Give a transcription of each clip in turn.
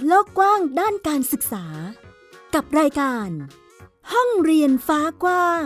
โลกกว้างด้านการศึกษากับรายการห้องเรียนฟ้ากว้าง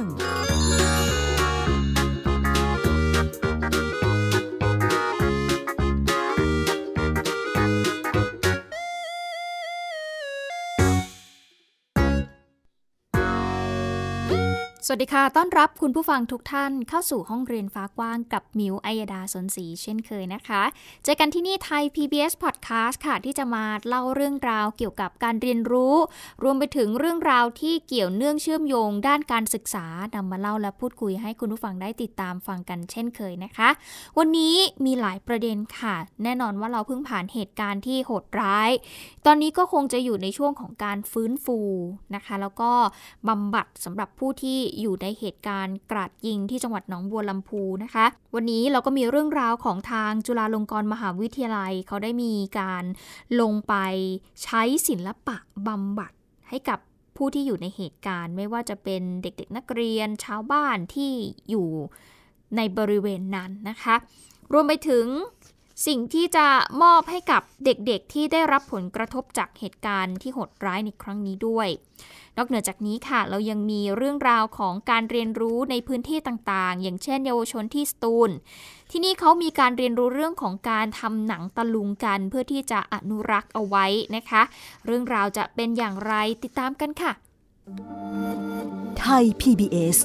สวัสดีค่ะต้อนรับคุณผู้ฟังทุกท่านเข้าสู่ห้องเรียนฟ้ากว้างกับมิวอัยดาสนศรีเช่นเคยนะคะเจอกันที่นี่ไทย PBS Podcast ค่ะที่จะมาเล่าเรื่องราวเกี่ยวกับการเรียนรู้รวมไปถึงเรื่องราวที่เกี่ยวเนื่องเชื่อมโยงด้านการศึกษานำมาเล่าและพูดคุยให้คุณผู้ฟังได้ติดตามฟังกันเช่นเคยนะคะวันนี้มีหลายประเด็นค่ะแน่นอนว่าเราเพิ่งผ่านเหตุการณ์ที่โหดร้ายตอนนี้ก็คงจะอยู่ในช่วงของการฟื้นฟูนะคะแล้วก็บำบัดสำหรับผู้ที่อยู่ในเหตุการณ์กราดยิงที่จังหวัดหนองบัวลำพูนะคะวันนี้เราก็มีเรื่องราวของทางจุฬาลงกรณ์มหาวิทยาลัยเขาได้มีการลงไปใช้ศิลปะบำบัดให้กับผู้ที่อยู่ในเหตุการณ์ไม่ว่าจะเป็นเด็กๆนักเรียนชาวบ้านที่อยู่ในบริเวณนั้นนะคะรวมไปถึงสิ่งที่จะมอบให้กับเด็กๆที่ได้รับผลกระทบจากเหตุการณ์ที่โหดร้ายในครั้งนี้ด้วยนอกเหนือจากนี้ค่ะเรายังมีเรื่องราวของการเรียนรู้ในพื้นที่ต่างๆอย่างเช่นเยาวชนที่สตูลที่นี่เขามีการเรียนรู้เรื่องของการทำหนังตะลุงกันเพื่อที่จะอนุรักษ์เอาไว้นะคะเรื่องราวจะเป็นอย่างไรติดตามกันค่ะไทย PBS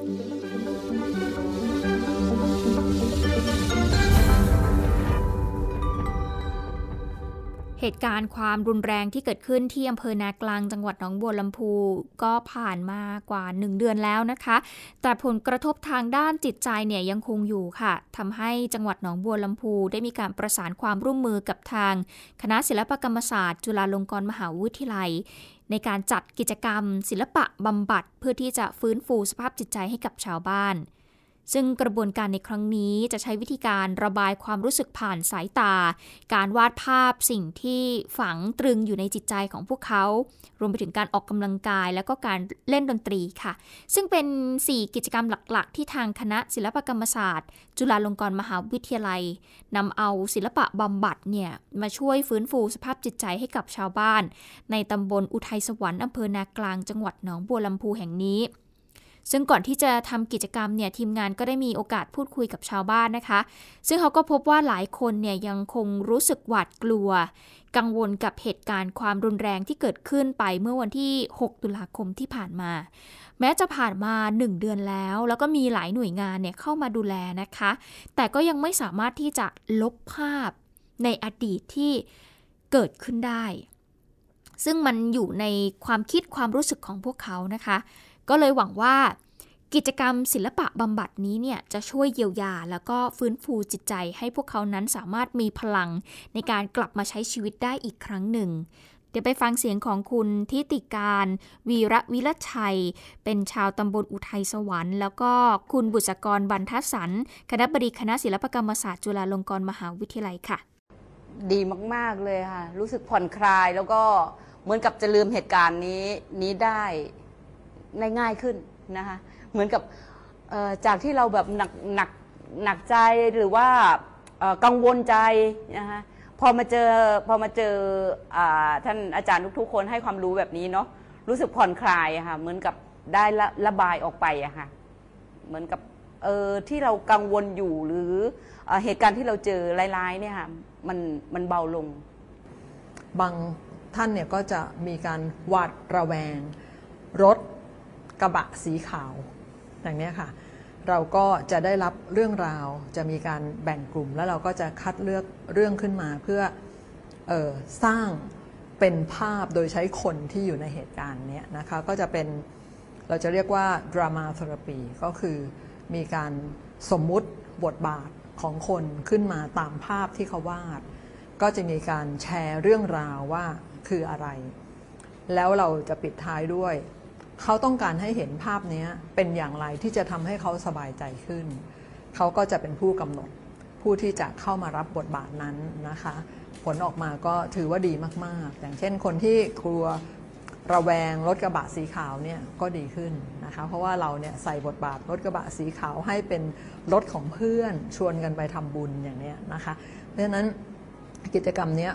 เหตุการณ์ความรุนแรงที่เกิดขึ้นที่อำเภอนากลางจังหวัดหนองบัวลำพูก็ผ่านมากว่า1เดือนแล้วนะคะแต่ผลกระทบทางด้านจิตใจเนี่ยยังคงอยู่ค่ะทำให้จังหวัดหนองบัวลำพูได้มีการประสานความร่วมมือกับทางคณะศิลปกรรมศาสตร์จุฬาลงกรณ์มหาวิทยาลัยในการจัดกิจกรรมศิลปะบำบัดเพื่อที่จะฟื้นฟูสภาพจิตใจให้กับชาวบ้านซึ่งกระบวนการในครั้งนี้จะใช้วิธีการระบายความรู้สึกผ่านสายตาการวาดภาพสิ่งที่ฝังตรึงอยู่ในจิตใจของพวกเขารวมไปถึงการออกกำลังกายและก็การเล่นดนตรีค่ะซึ่งเป็น4กิจกรรมหลักๆที่ทางคณะศิลปกรรมศาสตร์จุฬาลงกรณ์มหาวิทยาลัยนำเอาศิลปะบำบัดเนี่ยมาช่วยฟื้นฟูสภาพจิตใจให้กับชาวบ้านในตำบลอุทัยสวรรค์อำเภอนากลางจังหวัดหนองบัวลำพูแห่งนี้ซึ่งก่อนที่จะทำกิจกรรมเนี่ยทีมงานก็ได้มีโอกาสพูดคุยกับชาวบ้านนะคะซึ่งเขาก็พบว่าหลายคนเนี่ยยังคงรู้สึกหวาดกลัวกังวลกับเหตุการณ์ความรุนแรงที่เกิดขึ้นไปเมื่อวันที่6 ตุลาคมที่ผ่านมาแม้จะผ่านมา1เดือนแล้วก็มีหลายหน่วยงานเนี่ยเข้ามาดูแลนะคะแต่ก็ยังไม่สามารถที่จะลบภาพในอดีตที่เกิดขึ้นได้ซึ่งมันอยู่ในความคิดความรู้สึกของพวกเขานะคะก็เลยหวังว่ากิจกรรมศิลปะบำบัดนี้เนี่ยจะช่วยเยียวยาแล้วก็ฟื้นฟูจิตใจให้พวกเขานั้นสามารถมีพลังในการกลับมาใช้ชีวิตได้อีกครั้งหนึ่งเดี๋ยวไปฟังเสียงของคุณทิติการวีระวิรชัยเป็นชาวตำบลอุทัยสวรรค์แล้วก็คุณบุษกรบรรทัดสรรคณบดีคณะศิลปกรรมศาสตร์จุฬาลงกรณ์มหาวิทยาลัยค่ะดีมากๆเลยค่ะรู้สึกผ่อนคลายแล้วก็เหมือนกับจะลืมเหตุการณ์นี้ได้ง่ายขึ้นนะคะเหมือนกับจากที่เราแบบหนักใจหรือว่ากังวลใจนะคะพอมาเจอท่านอาจารย์ทุกๆคนให้ความรู้แบบนี้เนาะรู้สึกผ่อนคลายอะค่ะเหมือนกับได้ระบายออกไปอะค่ะเหมือนกับที่เรากังวลอยู่หรือเหตุการณ์ที่เราเจอร้ายๆเนี่ยค่ะมันเบาลงบางท่านเนี่ยก็จะมีการหวาดระแวงรถกระบะสีขาวอย่างนี้ค่ะเราก็จะได้รับเรื่องราวจะมีการแบ่งกลุ่มแล้วเราก็จะคัดเลือกเรื่องขึ้นมาเพื่อสร้างเป็นภาพโดยใช้คนที่อยู่ในเหตุการณ์นี้นะคะก็จะเป็นเราจะเรียกว่าดราม่าเทอราปีก็คือมีการสมมุติบทบาทของคนขึ้นมาตามภาพที่เขาวาดก็จะมีการแชร์เรื่องราวว่าคืออะไรแล้วเราจะปิดท้ายด้วยเขาต้องการให้เห็นภาพนี้เป็นอย่างไรที่จะทำให้เขาสบายใจขึ้นเขาก็จะเป็นผู้กำหนดผู้ที่จะเข้ามารับบทบาทนั้นนะคะผลออกมาก็ถือว่าดีมากๆอย่างเช่นคนที่กลัวระแวงรถกระบะสีขาวเนี่ยก็ดีขึ้นนะคะเพราะว่าเราเนี่ยใส่บทบาทรถกระบะสีขาวให้เป็นรถของเพื่อนชวนกันไปทำบุญอย่างนี้นะคะเพราะฉะนั้นกิจกรรมนี้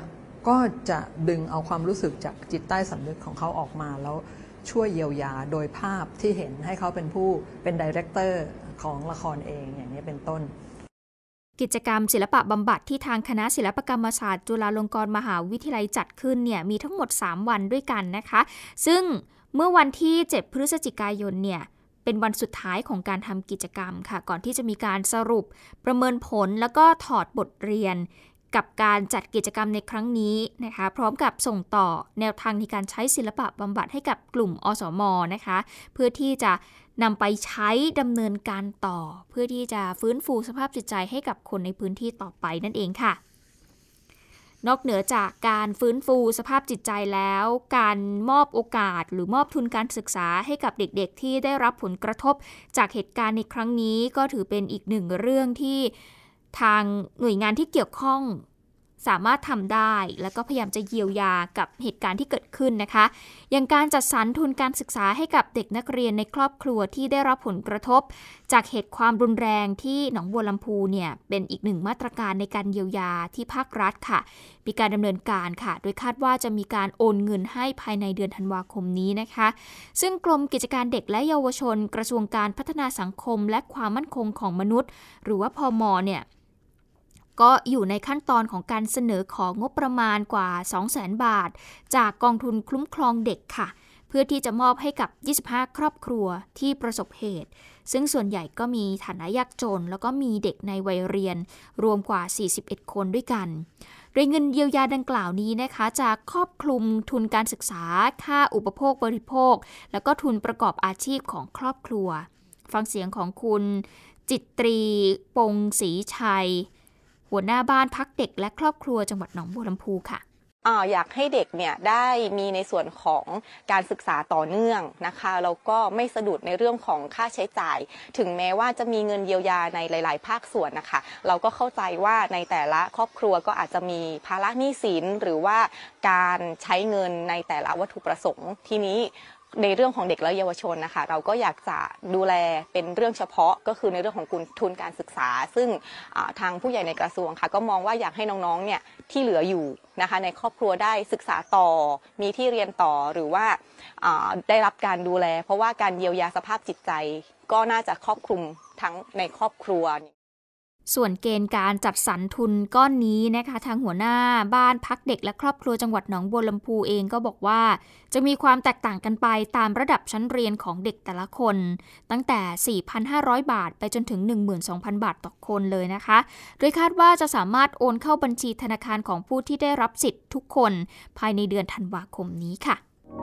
ก็จะดึงเอาความรู้สึกจากจิตใต้สำนึกของเขาออกมาแล้วช่วยเยียวยาโดยภาพที่เห็นให้เขาเป็นผู้เป็นไดเรคเตอร์ของละครเองอย่างนี้เป็นต้นกิจกรรมศิลปะบำบัดที่ทางคณะศิลปกรรมศาสตร์จุฬาลงกรณ์มหาวิทยาลัยจัดขึ้นเนี่ยมีทั้งหมด3วันด้วยกันนะคะซึ่งเมื่อวันที่7พฤศจิกายนเนี่ยเป็นวันสุดท้ายของการทำกิจกรรมค่ะก่อนที่จะมีการสรุปประเมินผลแล้วก็ถอดบทเรียนกับการจัดกิจกรรมในครั้งนี้นะคะพร้อมกับส่งต่อแนวทางในการใช้ศิลปะบำบัดให้กับกลุ่มอสม.นะคะเพื่อที่จะนำไปใช้ดำเนินการต่อเพื่อที่จะฟื้นฟูสภาพจิตใจให้กับคนในพื้นที่ต่อไปนั่นเองค่ะนอกเหนือจากการฟื้นฟูสภาพจิตใจแล้วการมอบโอกาสหรือมอบทุนการศึกษาให้กับเด็กๆที่ได้รับผลกระทบจากเหตุการณ์ในครั้งนี้ก็ถือเป็นอีกหนึ่งเรื่องที่ทางหน่วยงานที่เกี่ยวข้องสามารถทำได้แล้วก็พยายามจะเยียวยากับเหตุการณ์ที่เกิดขึ้นนะคะอย่างการจัดสรรทุนการศึกษาให้กับเด็กนักเรียนในครอบครัวที่ได้รับผลกระทบจากเหตุความรุนแรงที่หนองบัวลำพูเนี่ยเป็นอีกหนึ่งมาตรการในการเยียวยาที่ภาครัฐค่ะมีการดำเนินการค่ะโดยคาดว่าจะมีการโอนเงินให้ภายในเดือนธันวาคมนี้นะคะซึ่งกรมกิจการเด็กและเยาวชนกระทรวงการพัฒนาสังคมและความมั่นคงของมนุษย์หรือว่าพม.เนี่ยก็อยู่ในขั้นตอนของการเสนอของงบประมาณกว่า 200,000 บาทจากกองทุนคุ้มครองเด็กค่ะเพื่อที่จะมอบให้กับ25ครอบครัวที่ประสบเหตุซึ่งส่วนใหญ่ก็มีฐานะยากจนแล้วก็มีเด็กในวัยเรียนรวมกว่า41คนด้วยกันโดยเงินเยียวยาดังกล่าวนี้นะคะจะครอบคลุมทุนการศึกษาค่าอุปโภคบริโภคแล้วก็ทุนประกอบอาชีพของครอบครัวฟังเสียงของคุณจิตรีปงศรีชัยหัวหน้าบ้านพักเด็กและครอบครัวจังหวัดหนองบัวลำพูค่ะอยากให้เด็กเนี่ยได้มีในส่วนของการศึกษาต่อเนื่องนะคะแล้วก็ไม่สะดุดในเรื่องของค่าใช้จ่ายถึงแม้ว่าจะมีเงินเยียวยาในหลายๆภาคส่วนนะคะเราก็เข้าใจว่าในแต่ละครอบครัวก็อาจจะมีภาระหนี้สินหรือว่าการใช้เงินในแต่ละวัตถุประสงค์ทีนี้ในเรื่องของเด็กและเยาวชนนะคะเราก็อยากจะดูแลเป็นเรื่องเฉพาะก็คือในเรื่องของทุนการศึกษาซึ่งทางผู้ใหญ่ในกระทรวงค่ะก็มองว่าอยากให้น้องๆเนี่ยที่เหลืออยู่นะคะในครอบครัวได้ศึกษาต่อมีที่เรียนต่อหรือว่าได้รับการดูแลเพราะว่าการเยียวยาสภาพจิตใจก็น่าจะครอบคลุมทั้งในครอบครัวส่วนเกณฑ์การจัดสรรทุนก้อนนี้นะคะทางหัวหน้าบ้านพักเด็กและครอบครัวจังหวัดหนองบัวลำพูเองก็บอกว่าจะมีความแตกต่างกันไปตามระดับชั้นเรียนของเด็กแต่ละคนตั้งแต่ 4,500 บาทไปจนถึง 12,000 บาทต่อคนเลยนะคะโดยคาดว่าจะสามารถโอนเข้าบัญชีธนาคารของผู้ที่ได้รับสิทธิ์ทุกคนภายในเดือนธันวาคมนี้ค่ะ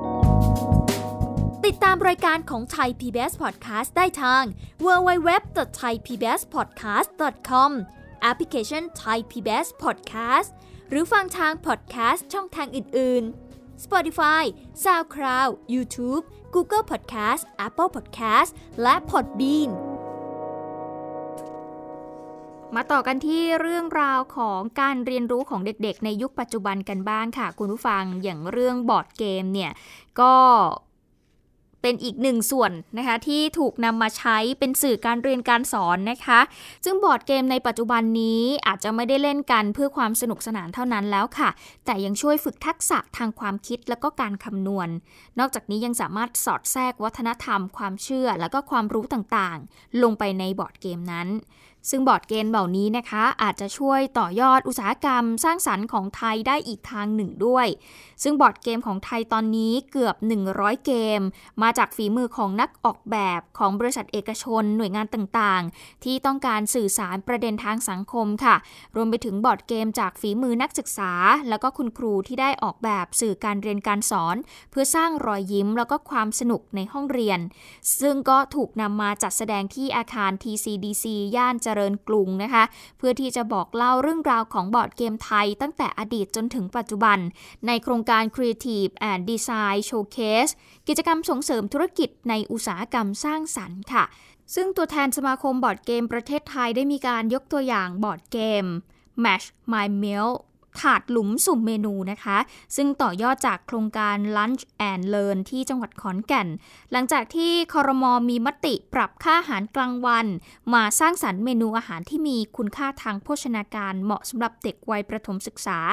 ติดตามรายการของไทย PBS Podcast ได้ทาง www.thaipbspodcast.com แอปพลิเคชัน Thai PBS Podcast หรือฟังทาง podcast ช่องทางอื่นๆ Spotify, SoundCloud, YouTube, Google Podcast, Apple Podcast และ Podbean มาต่อกันที่เรื่องราวของการเรียนรู้ของเด็กๆในยุคปัจจุบันกันบ้างค่ะคุณผู้ฟังอย่างเรื่องบอร์ดเกมเนี่ยก็เป็นอีกหนึ่งส่วนนะคะที่ถูกนำมาใช้เป็นสื่อการเรียนการสอนนะคะซึ่งบอร์ดเกมในปัจจุบันนี้อาจจะไม่ได้เล่นกันเพื่อความสนุกสนานเท่านั้นแล้วค่ะแต่ยังช่วยฝึกทักษะทางความคิดแล้วก็การคำนวณนอกจากนี้ยังสามารถสอดแทรกวัฒนธรรมความเชื่อแล้วก็ความรู้ต่างๆลงไปในบอร์ดเกมนั้นซึ่งบอร์ดเกมเหล่านี้นะคะอาจจะช่วยต่อยอดอุตสาหกรรมสร้างสรรค์ของไทยได้อีกทางหนึ่งด้วยซึ่งบอร์ดเกมของไทยตอนนี้เกือบ100เกมมาจากฝีมือของนักออกแบบของบริษัทเอกชนหน่วยงานต่างๆที่ต้องการสื่อสารประเด็นทางสังคมค่ะรวมไปถึงบอร์ดเกมจากฝีมือนักศึกษาแล้วก็คุณครูที่ได้ออกแบบสื่อการเรียนการสอนเพื่อสร้างรอยยิ้มแล้วก็ความสนุกในห้องเรียนซึ่งก็ถูกนำมาจัดแสดงที่อาคาร TCDC ย่านเจริญกรุงนะคะเพื่อที่จะบอกเล่าเรื่องราวของบอร์ดเกมไทยตั้งแต่อดีตจนถึงปัจจุบันในโครงการ Creative and Design Showcase กิจกรรมส่งเสริมธุรกิจในอุตสาหกรรมสร้างสรรค์ค่ะซึ่งตัวแทนสมาคมบอร์ดเกมประเทศไทยได้มีการยกตัวอย่างบอร์ดเกม Match My Mealถาดหลุมสุ่มเมนูนะคะซึ่งต่อยอดจากโครงการ Lunch and Learn ที่จังหวัดขอนแก่นหลังจากที่ครม.มีมติปรับค่าอาหารกลางวันมาสร้างสรรค์เมนูอาหารที่มีคุณค่าทางโภชนาการเหมาะสำหรับเด็กวัยประถมศึกษา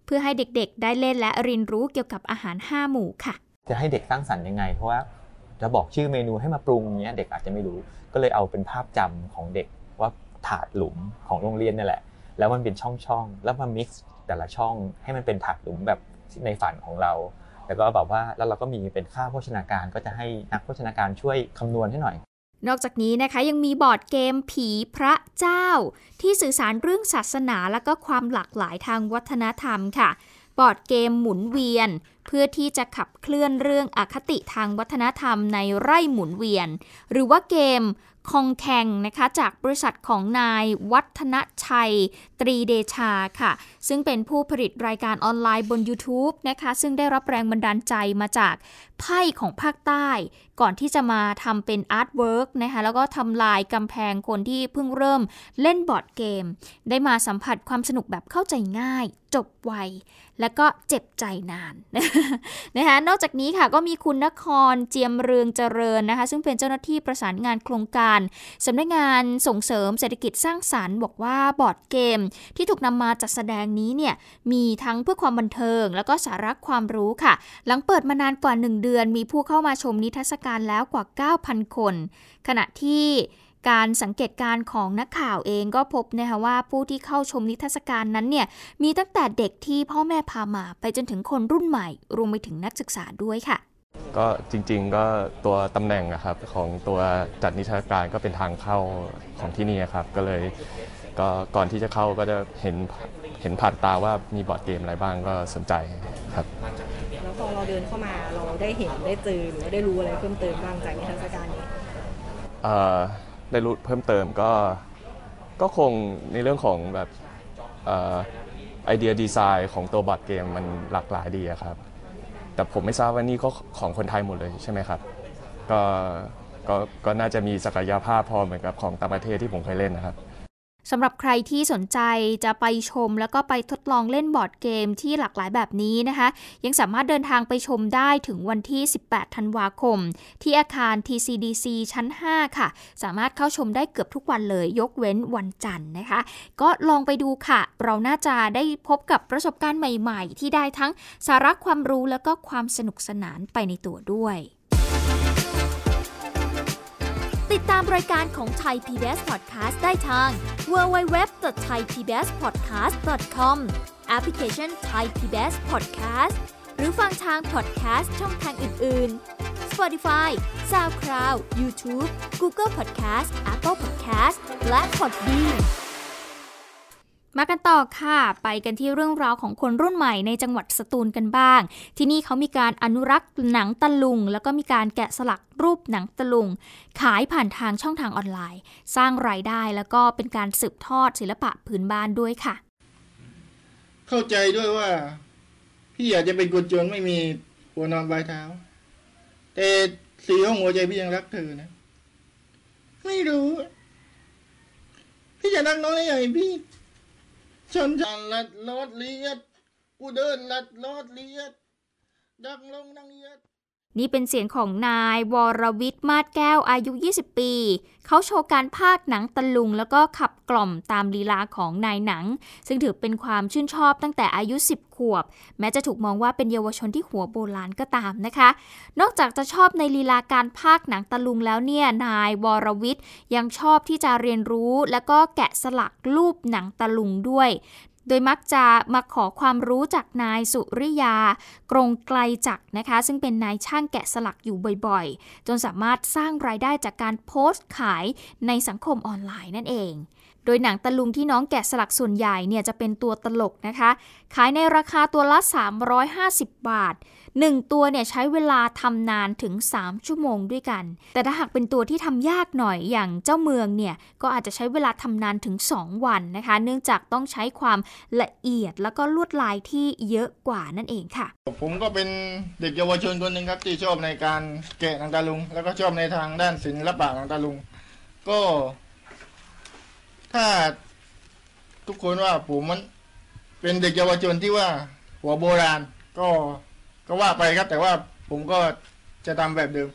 เพื่อให้เด็กๆได้เล่นและเรียนรู้เกี่ยวกับอาหาร5หมู่ค่ะจะให้เด็กสร้างสรรค์ยังไงเพราะว่าจะบอกชื่อเมนูให้มาปรุงเงี้ยเด็กอาจจะไม่รู้ก็เลยเอาเป็นภาพจำของเด็กว่าถาดหลุมของโรงเรียนนี่แหละแล้วมันเป็นช่องๆแล้วมา mix แต่ละช่องให้มันเป็นถาดหลุมแบบในฝันของเราแล้วก็แบบว่าแล้วเราก็มีเป็นค่าโภชนาการก็จะให้นักโภชนาการช่วยคำนวณให้หน่อยนอกจากนี้นะคะยังมีบอร์ดเกมผีพระเจ้าที่สื่อสารเรื่องศาสนาและก็ความหลากหลายทางวัฒนธรรมค่ะบอร์ดเกมหมุนเวียนเพื่อที่จะขับเคลื่อนเรื่องอคติทางวัฒนธรรมในไร่หมุนเวียนหรือว่าเกมคองแข่งนะคะจากบริษัทของนายวัฒนชัยตรีเดชาค่ะซึ่งเป็นผู้ผลิตรายการออนไลน์บน YouTube นะคะซึ่งได้รับแรงบันดาลใจมาจากไพ่ของภาคใต้ก่อนที่จะมาทำเป็นอาร์ตเวิร์กนะคะแล้วก็ทำลายกำแพงคนที่เพิ่งเริ่มเล่นบอร์ดเกมได้มาสัมผัสความสนุกแบบเข้าใจง่ายจบไวแล้วก็เจ็บใจนาน นะคะนอกจากนี้ค่ะก็มีคุณนครเจียมเรืองเจริญนะคะซึ่งเป็นเจ้าหน้าที่ประสานงานโครงการสำนักงานส่งเสริมเศรษฐกิจสร้างสรรค์บอกว่าบอร์ดเกมที่ถูกนำมาจัดแสดงนี้เนี่ยมีทั้งเพื่อความบันเทิงแล้วก็สาระความรู้ค่ะหลังเปิดมานานกว่า1เดือนมีผู้เข้ามาชมนิทรรศการแล้วกว่า 9,000 คนขณะที่การสังเกตการณ์ของนักข่าวเองก็พบนะคะว่าผู้ที่เข้าชมนิทรรศการนั้นเนี่ยมีตั้งแต่เด็กที่พ่อแม่พามาไปจนถึงคนรุ่นใหม่รวมไปถึงนักศึกษาด้วยค่ะก็จริงๆก็ตัวตำแหน่งนะครับของตัวจัดนิทรรศการก็เป็นทางเข้าของที่นี่ครับก็เลยก็ก่อนที่จะเข้าก็จะเห็นผ่านตาว่ามีบอร์ดเกมอะไรบ้างก็สนใจครับแล้วพอเราเดินเข้ามาเราได้เห็นได้เจอหรือว่าได้รู้อะไรเพิ่มเติมบ้างจากนิทรรศการนี้ได้รู้เพิ่มเติมก็คงในเรื่องของแบบไอเดียดีไซน์ของตัวบอร์ดเกมมันหลากหลายดีครับแต่ผมไม่ทราบว่านี่ก็ของคนไทยหมดเลยใช่ไหมครับก็น่าจะมีศักยภาพพอเหมือนกับของต่างประเทศที่ผมเคยเล่นนะครับสำหรับใครที่สนใจจะไปชมแล้วก็ไปทดลองเล่นบอร์ดเกมที่หลากหลายแบบนี้นะคะยังสามารถเดินทางไปชมได้ถึงวันที่18ธันวาคมที่อาคาร TCDC ชั้น5ค่ะสามารถเข้าชมได้เกือบทุกวันเลยยกเว้นวันจันทร์นะคะก็ลองไปดูค่ะเราน่าจะได้พบกับประสบการณ์ใหม่ๆที่ได้ทั้งสาระความรู้แล้วก็ความสนุกสนานไปในตัวด้วยติดตามรายการของ Thai PBS Podcast ได้ทาง www.thaipbspodcast.com แอปพลิเคชัน Thai PBS Podcast หรือฟังทาง podcast ช่องทางอื่นๆ Spotify, SoundCloud, YouTube, Google Podcast, Apple Podcast และ Podbean มากันต่อค่ะไปกันที่เรื่องราวของคนรุ่นใหม่ในจังหวัดสตูลกันบ้างที่นี่เขามีการอนุรักษ์หนังตะลุงแล้วก็มีการแกะสลักรูปหนังตะลุงขายผ่านทางช่องทางออนไลน์สร้างรายได้แล้วก็เป็นการสืบทอดศิลปะพื้นบ้านด้วยค่ะเข้าใจด้วยว่าพี่อยากจะเป็นคนจนไม่มีหัวนอนปลายเท้าแต่สีของหัวใจพี่ยังรักเธอนะไม่รู้พี่จะรักน้องได้ยังไงพี่ฉันลัดลอดเลียดกูเดินลัดลอดเลียดดังลงดังเลียดนี่เป็นเสียงของนายวรวิทย์มาศแก้วอายุ20ปีเขาโชว์การพากย์หนังตะลุงแล้วก็ขับกล่อมตามลีลาของนายหนังซึ่งถือเป็นความชื่นชอบตั้งแต่อายุ10ขวบแม้จะถูกมองว่าเป็นเยาวชนที่หัวโบราณก็ตามนะคะนอกจากจะชอบในลีลาการพากย์หนังตะลุงแล้วเนี่ยนายวรวิทย์ยังชอบที่จะเรียนรู้แล้วก็แกะสลักรูปหนังตะลุงด้วยโดยมักจะมาขอความรู้จากนายสุริยากรงไกลจักรนะคะซึ่งเป็นนายช่างแกะสลักอยู่บ่อยๆจนสามารถสร้างรายได้จากการโพสต์ขายในสังคมออนไลน์นั่นเองโดยหนังตะลุงที่น้องแกะสลักส่วนใหญ่เนี่ยจะเป็นตัวตลกนะคะขายในราคาตัวละ350 บาท1ตัวเนี่ยใช้เวลาทำนานถึง3ชั่วโมงด้วยกันแต่ถ้าหากเป็นตัวที่ทำยากหน่อยอย่างเจ้าเมืองเนี่ยก็อาจจะใช้เวลาทำนานถึง2วันนะคะเนื่องจากต้องใช้ความละเอียดแล้วก็ลวดลายที่เยอะกว่านั่นเองค่ะผมก็เป็นเด็กเยาวชนคนหนึ่งครับที่ชอบในการแกะหนังตะลุงแล้วก็ชอบในทางด้านศิลปะหนังตะลุงก็ถ้าทุกคนว่าผมมันเป็นเด็กเยาวชนที่ว่าหัวโบราณก็ว่าไปครับแต่ว่าผมก็จะทำแบบเดิม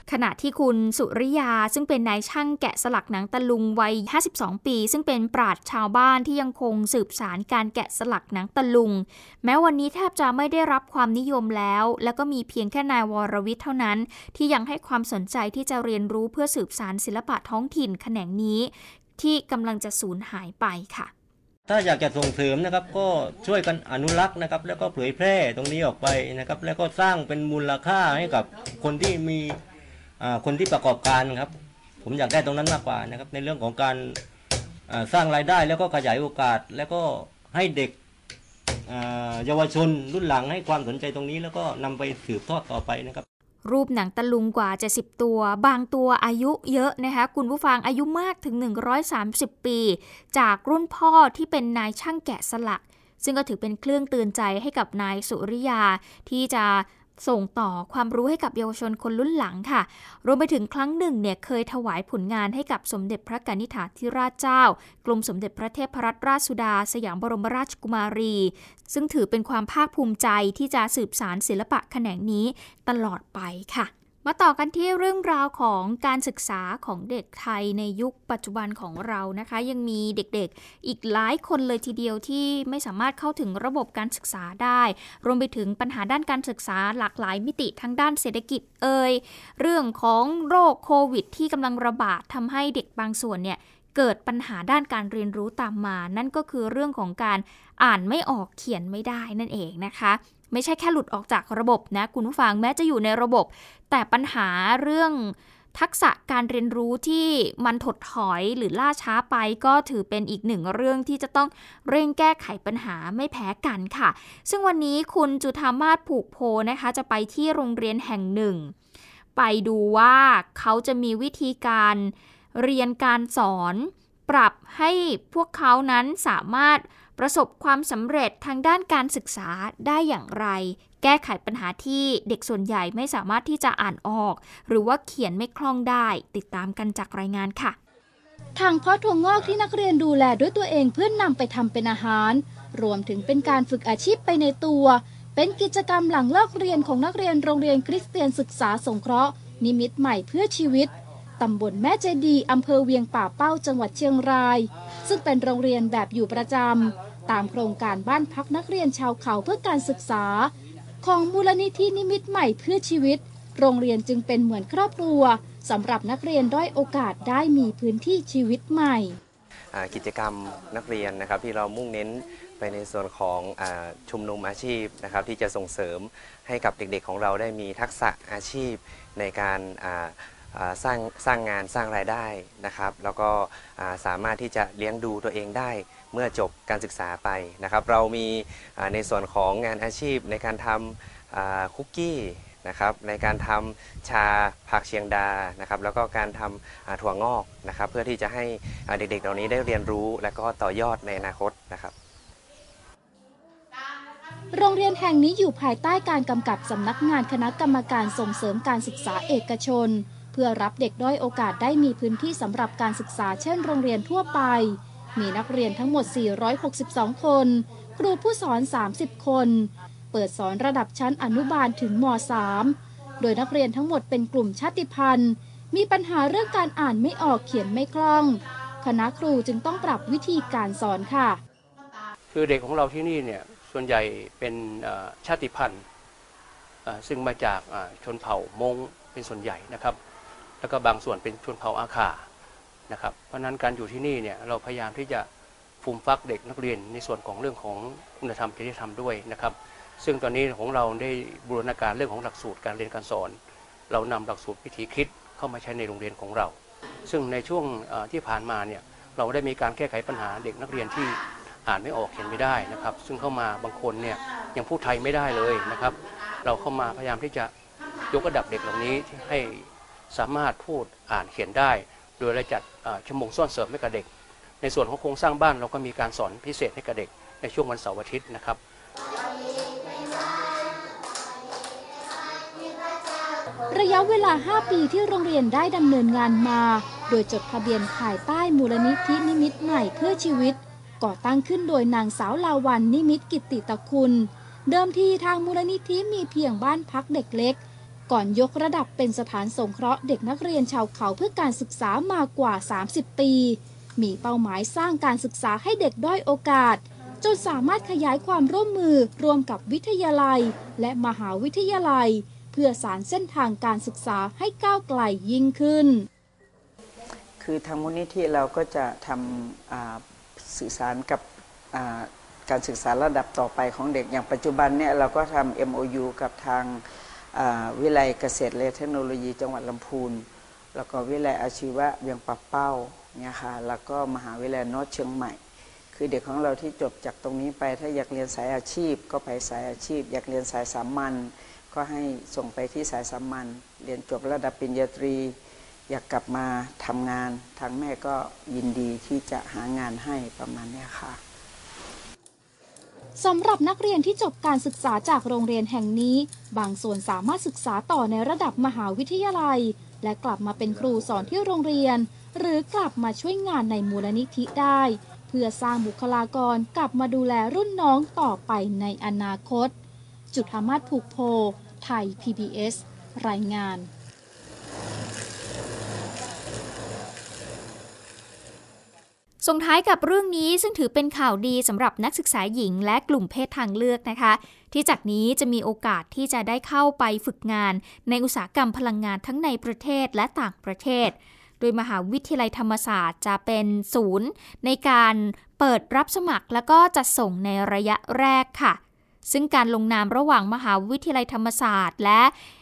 ขณะที่คุณสุริยาซึ่งเป็นนายช่างแกะสลักหนังตะลุงวัย52ปีซึ่งเป็นปราชญ์ชาวบ้านที่ยังคงสืบสานการแกะสลักหนังตะลุงแม้วันนี้แทบจะไม่ได้รับความนิยมแล้วก็มีเพียงแค่นายวรวิทย์เท่านั้นที่ยังให้ความสนใจที่จะเรียนรู้เพื่อสืบสานศิลปะท้องถิ่นแขนงนี้ที่กำลังจะสูญหายไปค่ะถ้าอยากจะส่งเสริมนะครับก็ช่วยกันอนุรักษ์นะครับแล้วก็เผยแพร่ตรงนี้ออกไปนะครับแล้วก็สร้างเป็นมูลค่าให้กับคนที่มีคนที่ประกอบการครับผมอยากได้ตรงนั้นมากกว่านะครับในเรื่องของการสร้างรายได้แล้วก็ขยายโอกาสแล้วก็ให้เด็กเยาวชนรุ่นหลังให้ความสนใจตรงนี้แล้วก็นำไปสืบทอดต่อไปนะครับรูปหนังตะลุงกว่า70ตัวบางตัวอายุเยอะนะคะคุณผู้ฟังอายุมากถึง130ปีจากรุ่นพ่อที่เป็นนายช่างแกะสลักซึ่งก็ถือเป็นเครื่องเตือนใจให้กับนายสุริยาที่จะส่งต่อความรู้ให้กับเยาวชนคนรุ่นหลังค่ะรวมไปถึงครั้งหนึ่งเนี่ยเคยถวายผลงานให้กับสมเด็จพระกนิษฐาธิราชเจ้ากรมสมเด็จพระเทพรัตนราชสุดาสยามบรมราชกุมารีซึ่งถือเป็นความภาคภูมิใจที่จะสืบสานศิลปะแขนงนี้ตลอดไปค่ะมาต่อกันที่เรื่องราวของการศึกษาของเด็กไทยในยุคปัจจุบันของเรานะคะยังมีเด็กๆอีกหลายคนเลยทีเดียวที่ไม่สามารถเข้าถึงระบบการศึกษาได้รวมไปถึงปัญหาด้านการศึกษาหลากหลายมิติทั้งด้านเศรษฐกิจเรื่องของโรคโควิดที่กำลังระบาดทำให้เด็กบางส่วนเนี่ยเกิดปัญหาด้านการเรียนรู้ตามมานั่นก็คือเรื่องของการอ่านไม่ออกเขียนไม่ได้นั่นเองนะคะไม่ใช่แค่หลุดออกจากระบบนะคุณผู้ฟังแม้จะอยู่ในระบบแต่ปัญหาเรื่องทักษะการเรียนรู้ที่มันถดถอยหรือล่าช้าไปก็ถือเป็นอีกหนึ่งเรื่องที่จะต้องเร่งแก้ไขปัญหาไม่แพ้กันค่ะซึ่งวันนี้คุณจุฑามาศผูกโพนะคะจะไปที่โรงเรียนแห่งหนึ่งไปดูว่าเขาจะมีวิธีการเรียนการสอนปรับให้พวกเขานั้นสามารถประสบความสำเร็จทางด้านการศึกษาได้อย่างไรแก้ไขปัญหาที่เด็กส่วนใหญ่ไม่สามารถที่จะอ่านออกหรือว่าเขียนไม่คล่องได้ติดตามกันจากรายงานค่ะทางเพาะถั่วงอกที่นักเรียนดูแลด้วยตัวเองเพื่อนำไปทำเป็นอาหารรวมถึงเป็นการฝึกอาชีพไปในตัวเป็นกิจกรรมหลังเลิกเรียนของนักเรียนโรงเรียนคริสเตียนศึกษาสงเคราะห์นิมิตใหม่เพื่อชีวิตตำบลแม่เจดีอำเภอเวียงป่าเป้าจังหวัดเชียงรายซึ่งเป็นโรงเรียนแบบอยู่ประจำตามโครงการบ้านพักนักเรียนชาวเขาเพื่อการศึกษาของมูลนิธินิมิตใหม่เพื่อชีวิตโรงเรียนจึงเป็นเหมือนครอบครัวสำหรับนักเรียนด้อยโอกาสได้มีพื้นที่ชีวิตใหม่กิจกรรมนักเรียนนะครับที่เรามุ่งเน้นไปในส่วนของชุมนุมอาชีพนะครับที่จะส่งเสริมให้กับเด็กๆของเราได้มีทักษะอาชีพในการสร้างงานสร้างรายได้นะครับแล้วก็สามารถที่จะเลี้ยงดูตัวเองได้เมื่อจบการศึกษาไปนะครับเรามีในส่วนของงานอาชีพในการทำคุกกี้นะครับในการทำชาผักเชียงดานะครับแล้วก็การทำถั่วงอกนะครับเพื่อที่จะให้เด็กๆเหล่านี้ได้เรียนรู้และก็ต่อยอดในอนาคตนะครับโรงเรียนแห่งนี้อยู่ภายใต้การกำกับสำนักงานคณะกรรมการส่งเสริมการศึกษาเอกชนเพื่อรับเด็กด้อยโอกาสได้มีพื้นที่สำหรับการศึกษาเช่นโรงเรียนทั่วไปมีนักเรียนทั้งหมด462คนครูผู้สอน30คนเปิดสอนระดับชั้นอนุบาลถึงม.3 โดยนักเรียนทั้งหมดเป็นกลุ่มชาติพันธุ์มีปัญหาเรื่องการอ่านไม่ออกเขียนไม่คล่องคณะครูจึงต้องปรับวิธีการสอนค่ะคือเด็กของเราที่นี่เนี่ยส่วนใหญ่เป็นชาติพันธุ์ซึ่งมาจากชนเผ่ามงเป็นส่วนใหญ่นะครับแล้วก็บางส่วนเป็นชนเผ่าอาขานะครับเพราะนั้นการอยู่ที่นี่เนี่ยเราพยายามที่จะฟูมฟักเด็กนักเรียนในส่วนของเรื่องของคุณธรรมจริยธรรมด้วยนะครับซึ่งตอนนี้ของเราได้บูรณาการเรื่องของหลักสูตรการเรียนการสอนเรานำหลักสูตรวิถีคิดเข้ามาใช้ในโรงเรียนของเราซึ่งในช่วงที่ผ่านมาเนี่ยเราได้มีการแก้ไขปัญหาเด็กนักเรียนที่อ่านไม่ออกเขียนไม่ได้นะครับซึ่งเข้ามาบางคนเนี่ยยังพูดไทยไม่ได้เลยนะครับเราเข้ามาพยายามที่จะยกระดับเด็กเหล่านี้ให้สามารถพูดอ่านเขียนได้โดยเราจัดชั่วโมงสอนเสริมให้กับเด็กในส่วนของโครงสร้างบ้านเราก็มีการสอนพิเศษให้กับเด็กในช่วงวันเสาร์อาทิตย์นะครับระยะเวลา5ปีที่โรงเรียนได้ดำเนินงานมาโดยจดทะเบียนภายใต้มูลนิธินิมิตใหม่เพื่อชีวิตก่อตั้งขึ้นโดยนางสาวลาวันนิมิตกิตติตะคุณเดิมทีทางมูลนิธิมีเพียงบ้านพักเด็กเล็กก่อนยกระดับเป็นสถานสงเคราะห์เด็กนักเรียนชาวเขาเพื่อการศึกษามากว่า30 ปีมีเป้าหมายสร้างการศึกษาให้เด็กด้อยโอกาสจนสามารถขยายความร่วมมือร่วมกับวิทยาลัยและมหาวิทยาลัยเพื่อสานเส้นทางการศึกษาให้ก้าวไกลยิ่งขึ้นคือทางมูลนิธิเราก็จะทำสื่อสารกับการศึกษาระดับต่อไปของเด็กอย่างปัจจุบันเนี่ยเราก็ทำ MOU กับทางวิทยาลัยเกษตรและเทคโนโลยีจังหวัดลำพูนแล้วก็วิทยาลัยอาชีวะเวียงป่าเป้าเนี่ยค่ะแล้วก็มหาวิทยาลัยนอร์ทเชียงใหม่คือเด็กของเราที่จบจากตรงนี้ไปถ้าอยากเรียนสายอาชีพก็ไปสายอาชีพอยากเรียนสายสามัญก็ให้ส่งไปที่สายสามัญเรียนจบระดับปริญญาตรีอยากกลับมาทำงานทางแม่ก็ยินดีที่จะหางานให้ประมาณนี้ค่ะสำหรับนักเรียนที่จบการศึกษาจากโรงเรียนแห่งนี้บางส่วนสามารถศึกษาต่อในระดับมหาวิทยาลัยและกลับมาเป็นครูสอนที่โรงเรียนหรือกลับมาช่วยงานในมูลนิธิได้เพื่อสร้างบุคลากรกลับมาดูแลรุ่นน้องต่อไปในอนาคตจุฑามาศ ผูกโพไทย PBS รายงานส่งท้ายกับเรื่องนี้ซึ่งถือเป็นข่าวดีสำหรับนักศึกษาหญิงและกลุ่มเพศทางเลือกนะคะที่จากนี้จะมีโอกาสที่จะได้เข้าไปฝึกงานในอุตสาหกรรมพลังงานทั้งในประเทศและต่างประเทศโดยมหาวิทยาลัยธรรมศาสตร์จะเป็นศูนย์ในการเปิดรับสมัครและก็จัดส่งในระยะแรกค่ะซึ่งการลงนามระหว่างมหาวิทยาลัยธรรมศาสตร์และ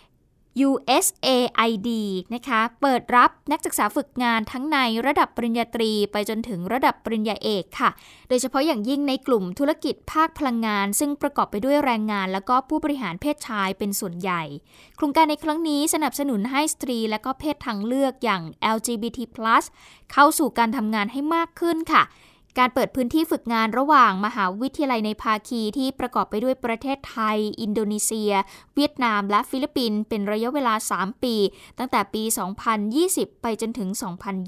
USAID นะคะเปิดรับนักศึกษาฝึกงานทั้งในระดับปริญญาตรีไปจนถึงระดับปริญญาเอกค่ะโดยเฉพาะอย่างยิ่งในกลุ่มธุรกิจภาคพลังงานซึ่งประกอบไปด้วยแรงงานและก็ผู้บริหารเพศชายเป็นส่วนใหญ่โครงการในครั้งนี้สนับสนุนให้สตรีและก็เพศทางเลือกอย่าง LGBT+ เข้าสู่การทำงานให้มากขึ้นค่ะการเปิดพื้นที่ฝึกงานระหว่างมหาวิทยาลัยในภาคีที่ประกอบไปด้วยประเทศไทยอินโดนีเซียเวียดนามและฟิลิปปินส์เป็นระยะเวลา3ปีตั้งแต่ปี2020ไปจนถึง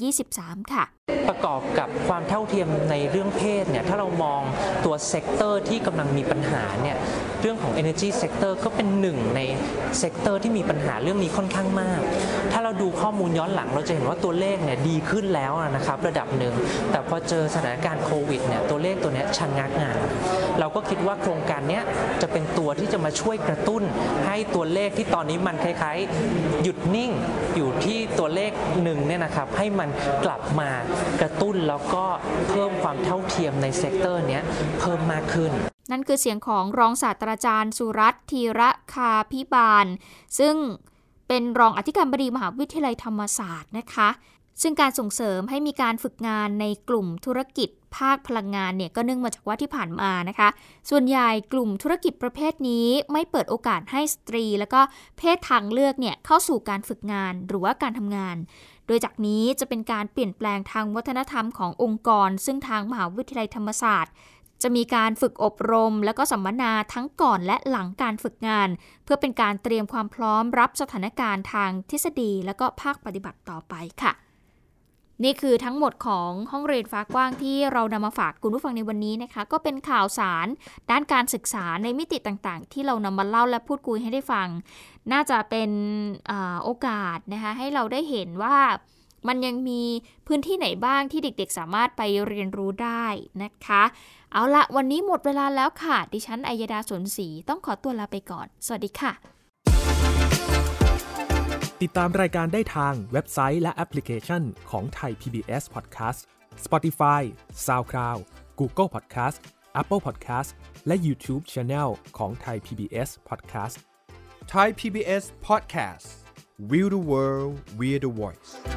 2023ค่ะประกอบกับความเท่าเทียมในเรื่องเพศเนี่ยถ้าเรามองตัวเซกเตอร์ที่กำลังมีปัญหาเนี่ยเรื่องของ Energy Sector ก็เป็นหนึ่งในเซกเตอร์ที่มีปัญหาเรื่องนี้ค่อนข้างมากถ้าเราดูข้อมูลย้อนหลังเราจะเห็นว่าตัวเลขเนี่ยดีขึ้นแล้วนะครับระดับหนึ่งแต่พอเจอสถานการณ์โควิดเนี่ยตัวเลขตัวนี้ชะงักงานเราก็คิดว่าโครงการนี้จะเป็นตัวที่จะมาช่วยกระตุ้นให้ตัวเลขที่ตอนนี้มันคล้ายๆหยุดนิ่งอยู่ที่ตัวเลขหนึ่งเนี่ยนะครับให้มันกลับมากระตุ้นแล้วก็เพิ่มความเท่าเทียมในเซกเตอร์นี้เพิ่มมากขึ้นนั่นคือเสียงของรองศาสตราจารย์สุรัตน์ธีรคาภิบาลซึ่งเป็นรองอธิการบดีมหาวิทยาลัยธรรมศาสตร์นะคะซึ่งการส่งเสริมให้มีการฝึกงานในกลุ่มธุรกิจภาคพลังงานเนี่ยก็เนื่องมาจากว่าที่ผ่านมานะคะส่วนใหญ่กลุ่มธุรกิจประเภทนี้ไม่เปิดโอกาสให้สตรีแล้วก็เพศทางเลือกเนี่ยเข้าสู่การฝึกงานหรือว่าการทำงานโดยจากนี้จะเป็นการเปลี่ยนแปลงทางวัฒนธรรมขององค์กรซึ่งทางมหาวิทยาลัยธรรมศาสตร์จะมีการฝึกอบรมและก็สัมมนาทั้งก่อนและหลังการฝึกงานเพื่อเป็นการเตรียมความพร้อมรับสถานการณ์ทางทฤษฎีและก็ภาคปฏิบัติต่อไปค่ะนี่คือทั้งหมดของห้องเรียนฟ้ากว้างที่เรานำมาฝากคุณผู้ฟังในวันนี้นะคะก็เป็นข่าวสารด้านการศึกษาในมิติต่างๆที่เรานำมาเล่าและพูดคุยให้ได้ฟังน่าจะเป็นโอกาสนะคะให้เราได้เห็นว่ามันยังมีพื้นที่ไหนบ้างที่เด็กๆสามารถไปเรียนรู้ได้นะคะเอาละวันนี้หมดเวลาแล้วค่ะดิฉันอัยดาสนศรีต้องขอตัวลาไปก่อนสวัสดีค่ะติดตามรายการได้ทางเว็บไซต์และแอปพลิเคชันของไทย PBS Podcast Spotify SoundCloud Google Podcast Apple Podcast และ YouTube Channel ของไทย PBS Podcast Thai PBS Podcast We the World We the Voice